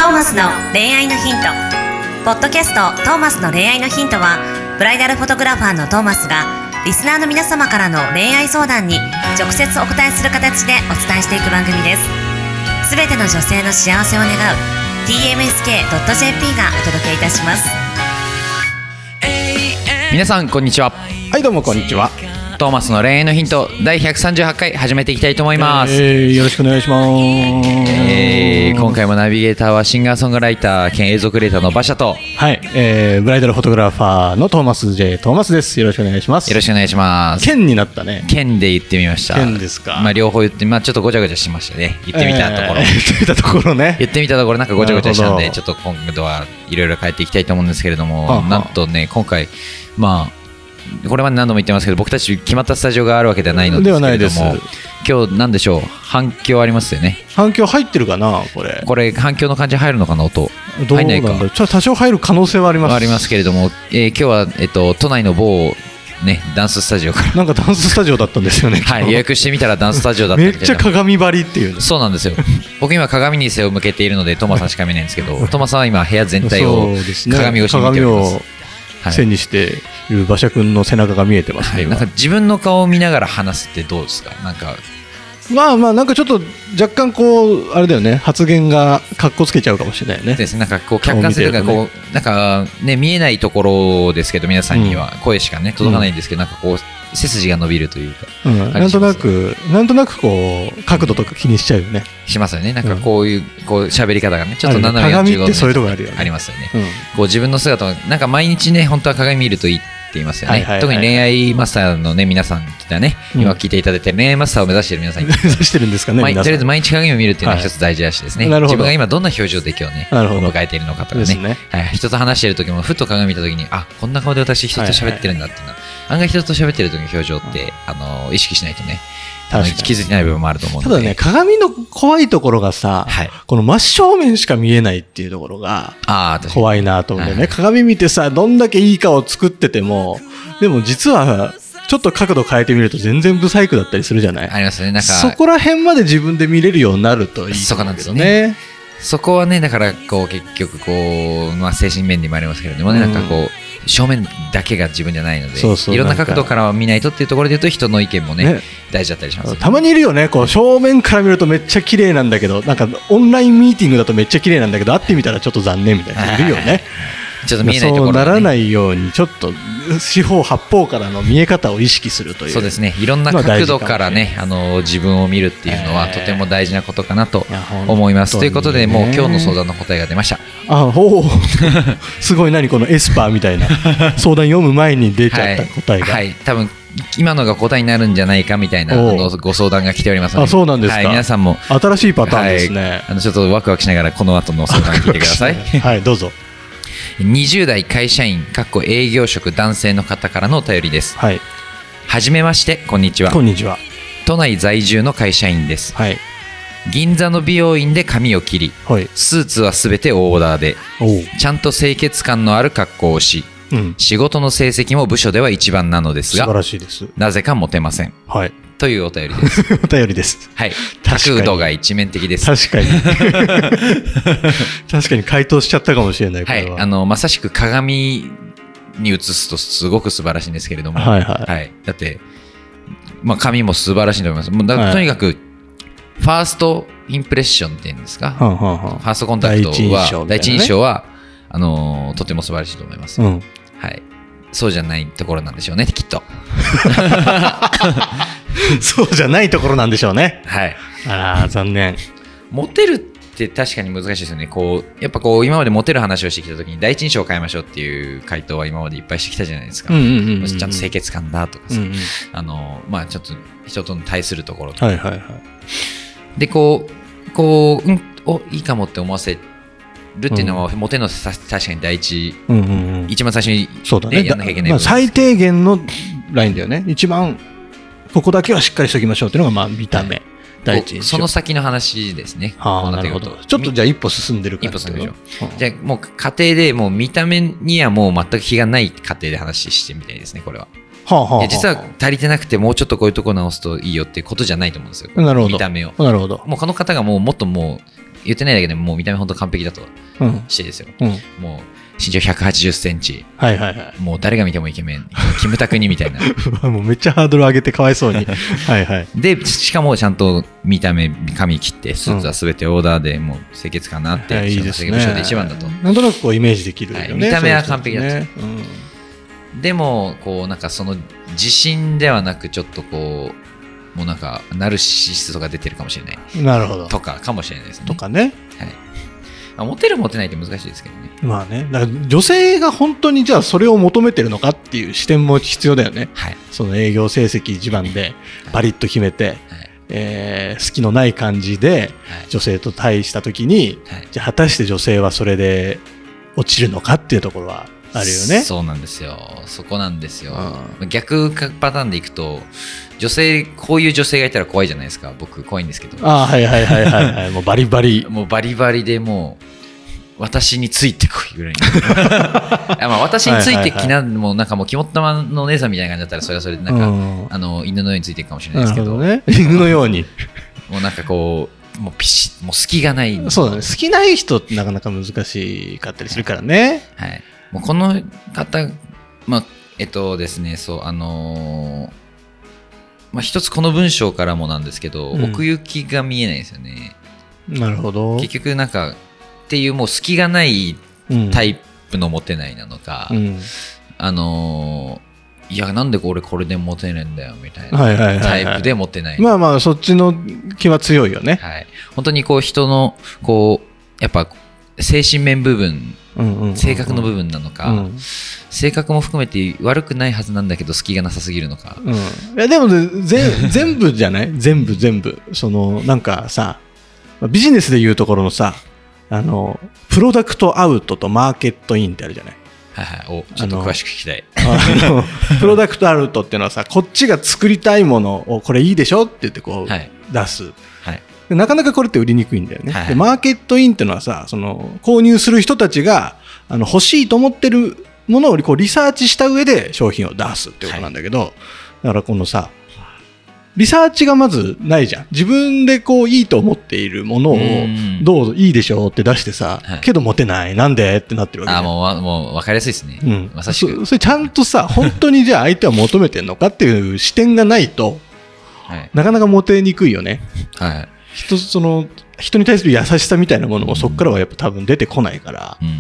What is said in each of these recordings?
ーマスの恋愛のヒント。ポッドキャストトーマスの恋愛のヒントは、ブライダルフォトグラファーのトーマスがリスナーの皆様からの恋愛相談に直接お答えする形でお伝えしていく番組です。すべての女性の幸せを願う tmsk.jp がお届けいたします。 皆さんこんにちは。 はい、どうもこんにちは。 トーマスの恋愛のヒント第138回始めていきたいと思います。 よろしくお願いします。 今回もナビゲーターはシンガーソングライター兼映像クリエイターの馬車と、 はい、ブライダルフォトグラファーのトーマス J トーマスです。よろしくお願いします。 よろしくお願いします。 剣になったね。 剣で言ってみました。 剣ですか。 まあ両方言って、まあちょっとごちゃごちゃしましたね。言ってみたところ、 言ってみたところね。 言ってみたところなんかごちゃごちゃしたんで、ちょっと今度はいろいろ変えていきたいと思うんですけれども、なんとね今回まあこれまで何度も言ってますけど、僕たち決まったスタジオがあるわけではないのですけれども、今日何でしょう、反響ありますよね。 反響入ってるかな。これ反響の感じ入るのかな。音入んないか。多少入る可能性はありますけれども、今日は、都内の某ね、ダンススタジオからなんかダンススタジオだったんですよね。 はい、予約してみたらダンススタジオだったみたいな。 めっちゃ鏡張りっていう、ね、 そうなんですよ。僕今鏡に背を向けているのでトマさんしか見ないんですけどトマさんは今部屋全体を鏡越しに見ております。 背にしている馬車くんの背中が見えてますね、 はい、なんか自分の顔を見ながら話すってどうですか。なんかまあなんかちょっと若干こうあれだよね、発言がかっこつけちゃうかもしれないよね。 ですね。なんかこう客観性というかこうなんかね見えないところですけど皆さんには声しかね届かないんですけど、なんかこう背筋が伸びるというか、 なんとなくこう角度とか気にしちゃうよね。 しますよね。なんかこういう喋り方がねちょっと斜め45度ってそういうとこあるよね。 ありますよね。こう自分の姿をなんか毎日ね本当は鏡見るといいって言いますよね。特に恋愛マスターのね皆さんがね今聞いていただいて恋愛マスターを目指している皆さんに目指してるんですかね。 とりあえず毎日鏡を見るっていうのは一つ大事らしいですね。自分が今どんな表情で今日ね迎えているのかとかね、人と話している時もふと鏡見た時にあこんな顔で私人と喋ってるんだっていうのは案外人と喋ってる時の表情って意識しないとね気づいてない部分もあると思うので。 ただね鏡の怖いところがさ、この真正面しか見えないっていうところが怖いなと思うんだよね。鏡見てさどんだけいい顔作っててもでも実はちょっと角度変えてみると全然ブサイクだったりするじゃない。 ありますね。なんかそこら辺まで自分で見れるようになるといいと思うんですよね。 そこはねだからこう結局こう、精神面にもありますけれどもね、なんかこう正面だけが自分じゃないのでいろんな角度から見ないとっていうところで言うと人の意見もね大事だったりします、ね。たまにいるよねこう正面から見るとめっちゃ綺麗なんだけどなんかオンラインミーティングだとめっちゃ綺麗なんだけど会ってみたらちょっと残念みたいな人いるよね。 ちょっと見えないところ、 そうならないようにちょっと四方八方からの見え方を意識するという。 そうですね。いろんな角度からね自分を見るっていうのはとても大事なことかなと思います。ということでもう今日の相談の答えが出ました。 すごい。何このエスパーみたいな相談読む前に出ちゃった答えが、 多分今のが答えになるんじゃないかみたいなご相談が来ておりますので。 そうなんですか。 皆さんも新しいパターンですね。 ちょっとワクワクしながらこの後の相談聞いてください。 はいどうぞ。 20代会社員営業職男性の方からのお便りです。はじめましてこんにちは。 こんにちは。 都内在住の会社員です。銀座の美容院で髪を切り、スーツはすべてオーダーでちゃんと清潔感のある格好をし、仕事の成績も部署では一番なのですが素晴らしいです。 なぜかモテません、というお便りです。 お便りです。 角度が一面的です。 確かに確かに回答しちゃったかもしれない。これはまさしく鏡に映すとすごく素晴らしいんですけれども、だって、髪も素晴らしいと思います。もうとにかくファーストインプレッションっていうんですか、ファーストコンタクトは第一印象はとても素晴らしいと思います。そうじゃないところなんでしょうねきっと。 そうじゃないところなんでしょうね。残念。 モテるって確かに難しいですよね。やっぱ今までモテる話をしてきた時に第一印象を変えましょうっていう回答は今までいっぱいしてきたじゃないですか。ちゃんと清潔感だとかさ、ちょっと人との対するところとか、でいいかもって思わせるっていうのは、モテの確かに第一、一番最初にやんなきゃいけない、 最低限のラインだよね。一番ここだけはしっかりしておきましょうっていうのが見た目、第一印象。 その先の話ですね。 なるほど。ちょっとじゃあ一歩進んでるから。 じゃあもう家庭でもう見た目にはもう全く気がない家庭で話してみたいですねこれは。実は足りてなくてもうちょっとこういうところ直すといいよっていうことじゃないと思うんですよ。 なるほど。 見た目を。 なるほど。 もうこの方がもっと言ってないだけでもう見た目本当完璧だとしてですよ、もう身長180センチ、もう誰が見てもイケメン、キムタクにみたいなもうめっちゃハードル上げてかわいそうにでしかもちゃんと見た目髪切ってスーツは全てオーダーでもう清潔感があって、 いいですね、 部署で一番だとなんとなくこうイメージできるよね、 見た目は完璧だと、でもこうなんかその自信ではなくちょっとこうもうなんかナルシストが出てるかもしれない、 なるほど、 とかかもしれないですね、 とかね、 モテるモテないって難しいですけどね。 まあね、だから女性が本当にじゃあそれを求めてるのかっていう視点も必要だよね、その営業成績一番でバリッと決めて、好きのない感じで女性と対したときに、じゃあ果たして女性はそれで落ちるのかっていうところはあるよね。 そうなんですよ、そこなんですよ、逆パターンでいくとこういう女性がいたら怖いじゃないですか。僕怖いんですけど、もうバリバリもうバリバリでもう私についてこいぐらいまあ私についてきな、もうなんかもう肝っ玉のお姉さんみたいな感じだったらそれはそれでなんか、犬のようについていくかもしれないですけど、 犬のようにもうなんかこうもうピシッ、もう隙がない。 そうだね、隙ない人ってなかなか難しかったりするからね。 もうこの方、まあですね、そうまあ、一つこの文章からもなんですけど、奥行きが見えないですよね。 なるほど。 結局なんかっていうもう隙がないタイプのモテないなのか、いやなんで俺これでモテないんだよみたいなタイプでモテない。 まあまあそっちの気は強いよね。 本当にこう人のこうやっぱ精神面部分、性格の部分なのか、性格も含めて悪くないはずなんだけど隙がなさすぎるのか、 いやでも全部じゃない全部そのなんかさ、ビジネスでいうところのさ、プロダクトアウトとマーケットインってあるじゃない。 ちょっと詳しく聞きたい。 プロダクトアウトっていうのはさ、こっちが作りたいものをこれいいでしょって言ってこう出す、なかなかこれって売りにくいんだよね。でマーケットインっていうのはさ、その購入する人たちが欲しいと思ってるものをこうリサーチした上で商品を出すってことなんだけど、だからこのさリサーチがまずないじゃん。自分でこういいと思っているものをどうぞいいでしょうって出してさ、けどモテないなんでってなってるわけ。 もう分かりやすいですね。まさしくそれちゃんとさ本当にじゃあ相手は求めてるのかっていう視点がないと、なかなかモテにくいよね。その人に対する優しさみたいなものもそこからはやっぱ多分出てこないから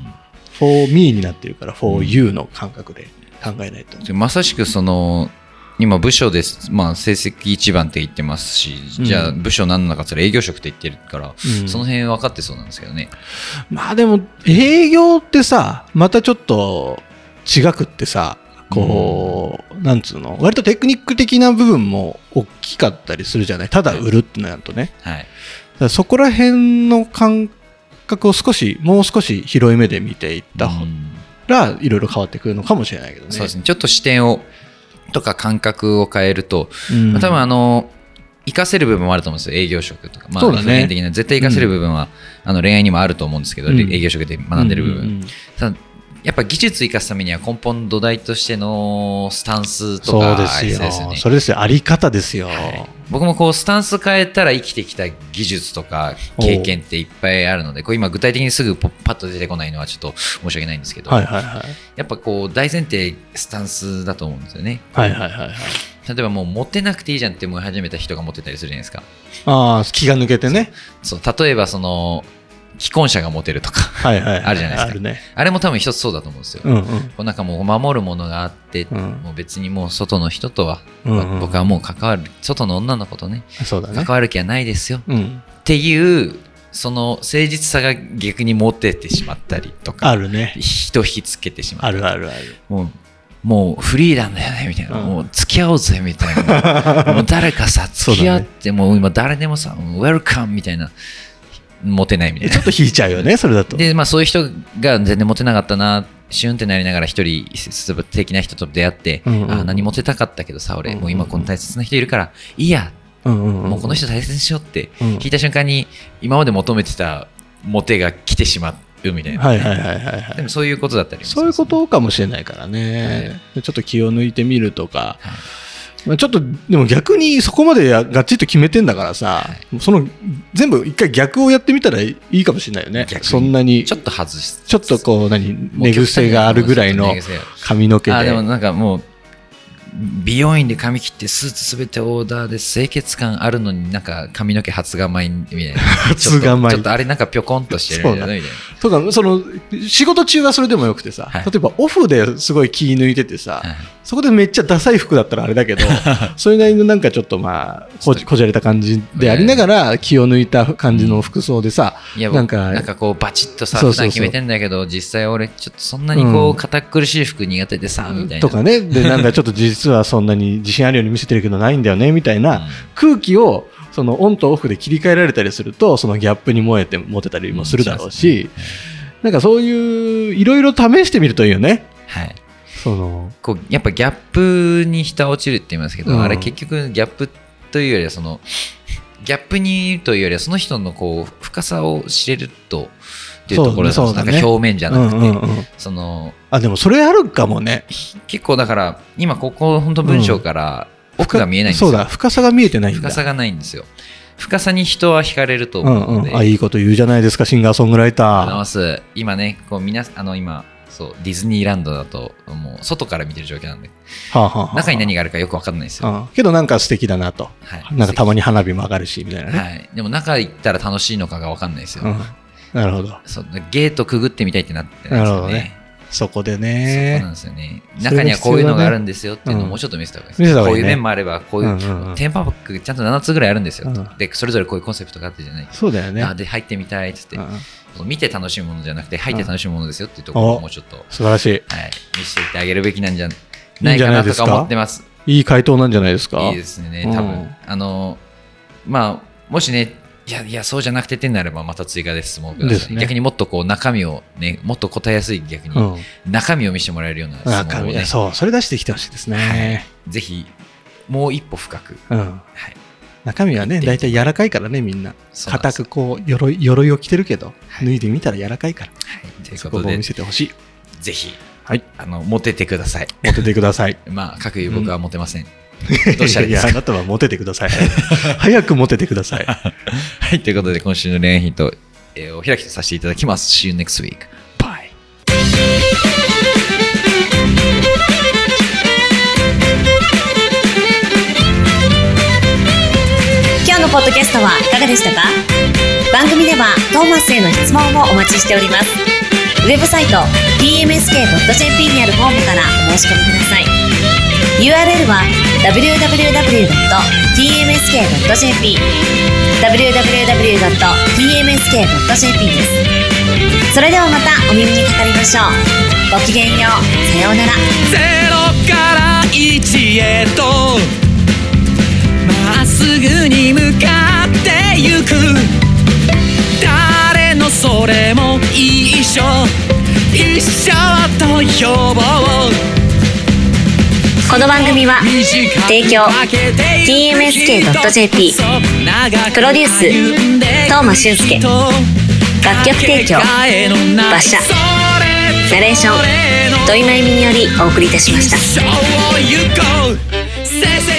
、for me になってるから for you の感覚で考えないと。 まさしくその今部署です、まあ、成績一番って言ってますし、じゃあ部署何なのかって言ったら営業職って言ってるから、その辺分かってそうなんですけどね。まあでも営業ってさまたちょっと違くってさ、こう、なんつうの、割とテクニック的な部分も大きかったりするじゃない。ただ売るってなるとね、だからそこら辺の感覚をもう少し広い目で見ていったらいろいろ変わってくるのかもしれないけどね。 そうですね、ちょっと視点をとか感覚を変えると、多分活かせる部分もあると思うんですよ。営業職とか、まあ、普遍的な絶対活かせる部分は、恋愛にもあると思うんですけど、営業職で学んでる部分、やっぱ技術を生かすためには根本土台としてのスタンスとか、 そうですよ、それですよ、あり方ですよ。 僕もこうスタンス変えたら生きてきた技術とか経験っていっぱいあるので、こう今具体的にすぐパッと出てこないのはちょっと申し訳ないんですけど、やっぱこう大前提スタンスだと思うんですよね。例えばもうモテなくていいじゃんって思い始めた人がモテたりするじゃないですか。 気が抜けてね。 そう例えばその既婚者がモテるとかあるじゃないですか。あれも多分一つそうだと思うんですよ。こうなんかもう守るものがあって、もう別にもう外の人とは、僕はもう関わる外の女の子とね関わる気はないですよ、っていうその誠実さが逆にモテてしまったりとか、人引きつけてしまったり、もうフリーなんだよねみたいな、もう付き合おうぜみたいな、もう誰かさ付き合ってもう今誰でもさウェルカムみたいな、モテないみたいな、 ちょっと引いちゃうよねそれだと。 で、まあ、そういう人が全然モテなかったな、シュンってなりながら一人素敵な人と出会って、何モテたかったけどさ俺もう今この大切な人いるからいいや、もうこの人大切にしようって聞いた瞬間に今まで求めてたモテが来てしまうみたいな。でもそういうことだったりもする、 そういうことかもしれないからね、ちょっと気を抜いてみるとか、 ちょっとでも逆にそこまでがっちりと決めてんだからさ、その全部一回逆をやってみたらいいかもしれないよね。そんなにちょっと外し、 ちょっとこう寝癖があるぐらいの髪の毛で。 でもなんかもう美容院で髪切ってスーツすべてオーダーで清潔感あるのになんか髪の毛初構いみたいな初構いちょっとあれなんかぴょこんとしてるみたいなみたいな。 とかその仕事中はそれでもよくてさ、例えばオフですごい気抜いててさ、そこでめっちゃダサい服だったらあれだけどそれなりのなんかちょっとまあこじゃれた感じでありながら気を抜いた感じの服装でさ、 なんかこうバチッとさ普段決めてんだけど実際俺ちょっとそんなにこう堅苦しい服苦手でさみたいなとかね、でなんかちょっと実はそんなに自信あるように見せてるけどないんだよねみたいな空気をそのオンとオフで切り替えられたりするとそのギャップにモテたりもするだろうし、なんかそういういろいろ試してみるといいよね。 はい。こうやっぱギャップに浸落ちるって言いますけど、あれ結局ギャップというよりはそのギャップにいるというよりはその人のこう深さを知れるとっていうところですね。なんか表面じゃなくて、そのでもそれあるかもね。 結構だから今ここ本当文章から奥が見えないんですよ。 そうだ、深さが見えてないんだ。 深さがないんですよ。深さに人は惹かれると思うので。 いいこと言うじゃないですか、シンガーソングライター。 ありがとうございます。今ね、こう今そうディズニーランドだともう外から見てる状況なんで、中に何があるかよく分かんないですよ。 けどなんか素敵だなと、なんかたまに花火も上がるしみたいなね。 はい、でも中行ったら楽しいのかが分かんないですよ。 なるほど。 そうゲートくぐってみたいってなってないですよね。 そこでね。 そうなんですよね。中にはこういうのがあるんですよっていうのをもうちょっと見せた方がいいです。こういう面もあればこういうテーマパックちゃんと7つぐらいあるんですよ。でそれぞれこういうコンセプトがあってじゃない。 そうだよね。 で入ってみたいっつって見て楽しむものじゃなくて入って楽しむものですよっていうところをもうちょっと素晴らしい。 見せていってあげるべきなんじゃないかなとか思ってます。 いい回答なんじゃないですか。 いいですね。多分まあもしねいやそうじゃなくてってなればまた追加で質問ください。逆にもっとこう中身をねもっと答えやすい逆に中身を見せてもらえるような質問をね、 それ出してきてほしいですね。 ぜひもう一歩深く。 中身はねだいたい柔らかいからね、みんな固くこう鎧を着てるけど脱いでみたら柔らかいから。 ということで見せてほしい。 ぜひモテてください。 モテてください。 まあ各有僕はモテません。 どうしたらいいですか。あなたはモテてください。早くモテてください。 はい、ということで今週の恋愛ヒント、お開きとさせていただきます。See you next week. Bye. 今日のポッドキャストはいかがでしたか。番組ではトーマスへの質問もお待ちしております。ウェブサイト tmsk.jp にあるフォームからお申し込みください。URL は www.tmsk.jp www.tmsk.jp です。それではまたお耳にかかりましょう。ごきげんよう。さようなら。 0から1へとまっすぐに向かってゆく。誰のそれも一緒と呼ぼう。 この番組は提供 tmsk.jp プロデュース東間俊介、楽曲提供馬車、ナレーション土井真由美によりお送りいたしました。